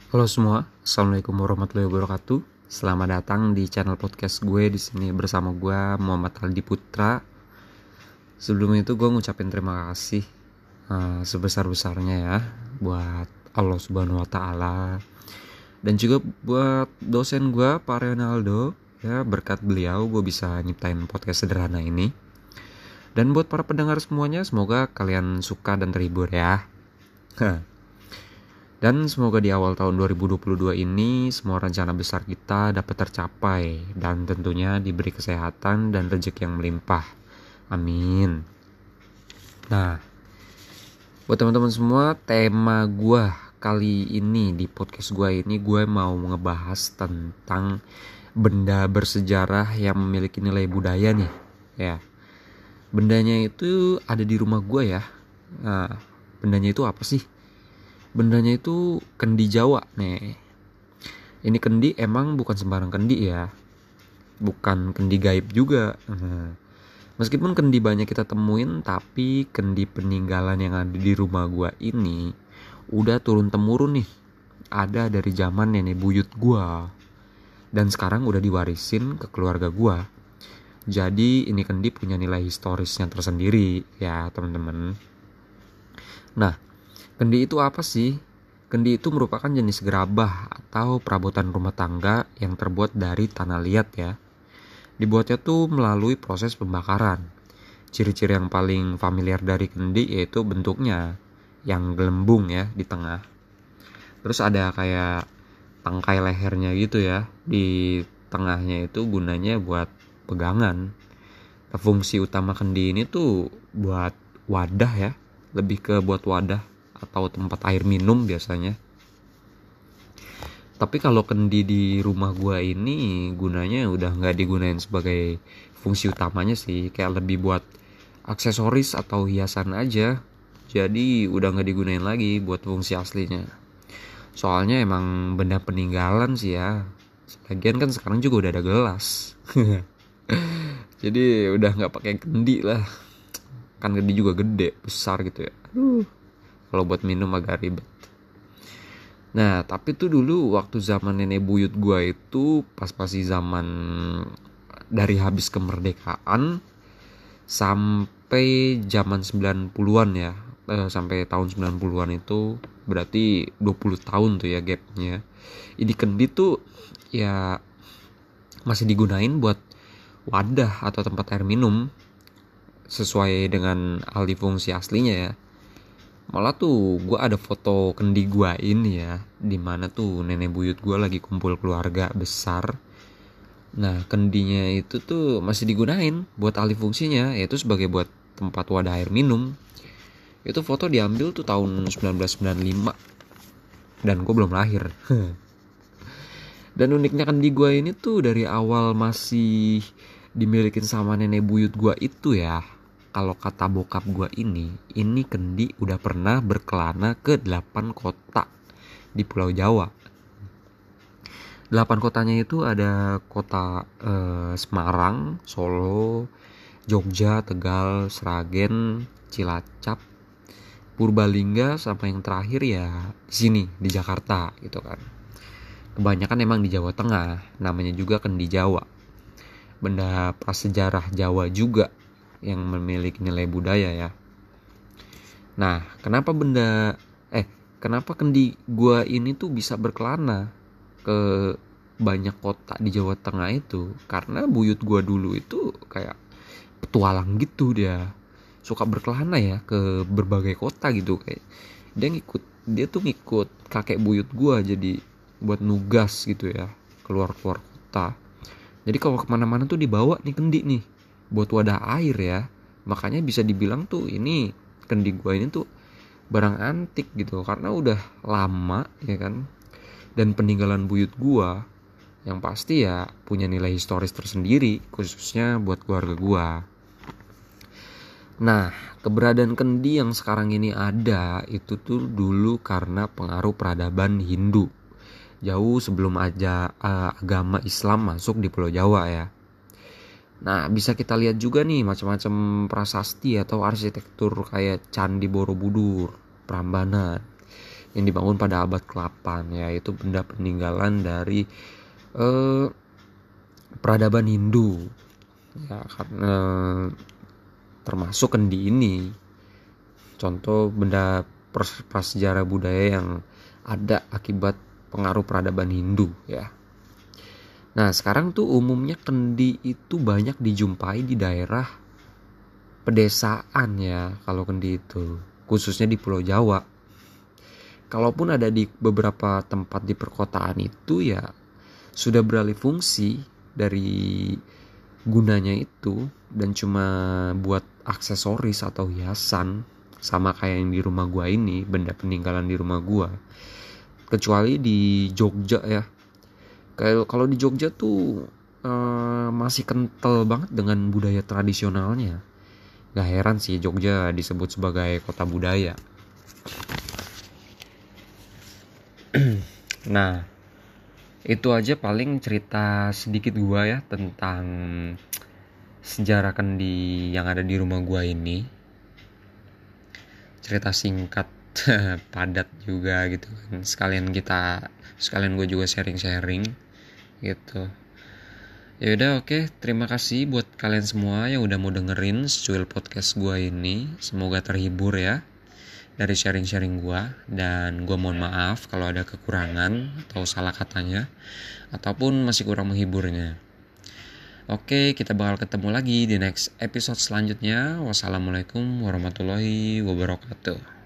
Halo semua, assalamualaikum warahmatullahi wabarakatuh. Selamat datang di channel podcast gue. Di sini bersama gue Muhammad Aldi Putra. Sebelum itu gue ngucapin terima kasih sebesar-besarnya ya buat Allah Subhanahu Wa Taala dan juga buat dosen gue Pak Ronaldo. Ya, berkat beliau gue bisa nyiptain podcast sederhana ini. Dan buat para pendengar semuanya, semoga kalian suka dan terhibur ya. Dan semoga di awal tahun 2022 ini semua rencana besar kita dapat tercapai dan tentunya diberi kesehatan dan rezeki yang melimpah. Amin. Nah, buat teman-teman semua, tema gue kali ini di podcast gue ini gue mau ngebahas tentang benda bersejarah yang memiliki nilai budaya nih. Ya, bendanya itu ada di rumah gue ya. Nah, bendanya itu apa sih? Bendanya itu kendi Jawa nih. Ini kendi emang bukan sembarang kendi ya. Bukan kendi gaib juga. Meskipun kendi banyak kita temuin, tapi kendi peninggalan yang ada di rumah gua ini udah turun temurun nih. Ada dari zaman nenek buyut gua. Dan sekarang udah diwarisin ke keluarga gua. Jadi ini kendi punya nilai historisnya tersendiri ya teman-teman. Nah, kendi itu apa sih? Kendi itu merupakan jenis gerabah atau perabotan rumah tangga yang terbuat dari tanah liat ya. Dibuatnya tuh melalui proses pembakaran. Ciri-ciri yang paling familiar dari kendi yaitu bentuknya yang gelembung ya di tengah. Terus ada kayak tangkai lehernya gitu ya. Di tengahnya itu gunanya buat pegangan. Fungsi utama kendi ini tuh buat wadah ya. Lebih ke buat wadah atau tempat air minum biasanya. Tapi kalau kendi di rumah gua ini gunanya udah nggak digunain sebagai fungsi utamanya sih, kayak lebih buat aksesoris atau hiasan aja. Jadi udah nggak digunain lagi buat fungsi aslinya. Soalnya emang benda peninggalan sih ya. Lagian kan sekarang juga udah ada gelas. Jadi udah nggak pakai kendi lah. Kan kendi juga gede, besar gitu ya. Kalau buat minum agak ribet. Nah, tapi tuh dulu waktu zaman nenek buyut gua itu pas-pasi zaman dari habis kemerdekaan sampai zaman 90-an ya. Sampai tahun 90-an itu berarti 20 tahun tuh ya gapnya. Ini kendi tuh ya masih digunain buat wadah atau tempat air minum sesuai dengan alih fungsi aslinya ya. Malah tuh gue ada foto kendi gue ini ya, dimana tuh nenek buyut gue lagi kumpul keluarga besar. Nah kendinya itu tuh masih digunain buat alih fungsinya, yaitu sebagai buat tempat wadah air minum. Itu foto diambil tuh tahun 1995 dan gue belum lahir. Dan uniknya kendi gue ini tuh dari awal masih dimilikin sama nenek buyut gue itu ya. Kalau kata bokap gue ini kendi udah pernah berkelana ke 8 kota di Pulau Jawa. 8 kotanya itu ada kota Semarang, Solo, Jogja, Tegal, Sragen, Cilacap, Purbalingga, sama yang terakhir ya di sini di Jakarta gitu kan. Kebanyakan emang di Jawa Tengah, namanya juga kendi Jawa. Benda prasejarah Jawa juga yang memiliki nilai budaya ya. Nah, kenapa kendi gua ini tuh bisa berkelana ke banyak kota di Jawa Tengah itu? Karena buyut gua dulu itu kayak petualang gitu dia. Suka berkelana ya ke berbagai kota gitu kayak. Dia tuh ngikut kakek buyut gua jadi buat nugas gitu ya, keluar-keluar kota. Jadi kalau kemana-mana tuh dibawa nih kendi nih buat wadah air ya. Makanya bisa dibilang tuh ini kendi gua ini tuh barang antik gitu karena udah lama ya kan. Dan peninggalan buyut gua yang pasti ya punya nilai historis tersendiri khususnya buat keluarga gua. Nah, keberadaan kendi yang sekarang ini ada itu tuh dulu karena pengaruh peradaban Hindu. Jauh sebelum agama Islam masuk di Pulau Jawa ya. Nah, bisa kita lihat juga nih macam-macam prasasti atau arsitektur kayak Candi Borobudur, Prambanan. yang dibangun pada abad ke-8, yaitu benda peninggalan dari peradaban Hindu ya, karena termasuk kendi ini contoh benda prasejarah budaya yang ada akibat pengaruh peradaban Hindu ya. Nah sekarang tuh umumnya kendi itu banyak dijumpai di daerah pedesaan ya, kalau kendi itu khususnya di Pulau Jawa. Kalaupun ada di beberapa tempat di perkotaan itu ya sudah beralih fungsi dari gunanya itu dan cuma buat aksesoris atau hiasan, sama kayak yang di rumah gua ini, benda peninggalan di rumah gua. Kecuali di Jogja ya. Kalau di Jogja tuh masih kental banget dengan budaya tradisionalnya. Gak heran sih Jogja disebut sebagai kota budaya. Nah, itu aja paling cerita sedikit gua ya tentang sejarah kendi yang ada di rumah gua ini. Cerita singkat padat juga gitu kan. Sekalian gue juga sharing-sharing gitu. Ya udah oke, terima kasih buat kalian semua yang udah mau dengerin secuil podcast gue ini. Semoga terhibur ya dari sharing-sharing gue, dan gue mohon maaf kalau ada kekurangan atau salah katanya ataupun masih kurang menghiburnya. Oke, kita bakal ketemu lagi di next episode selanjutnya. Wassalamualaikum warahmatullahi wabarakatuh.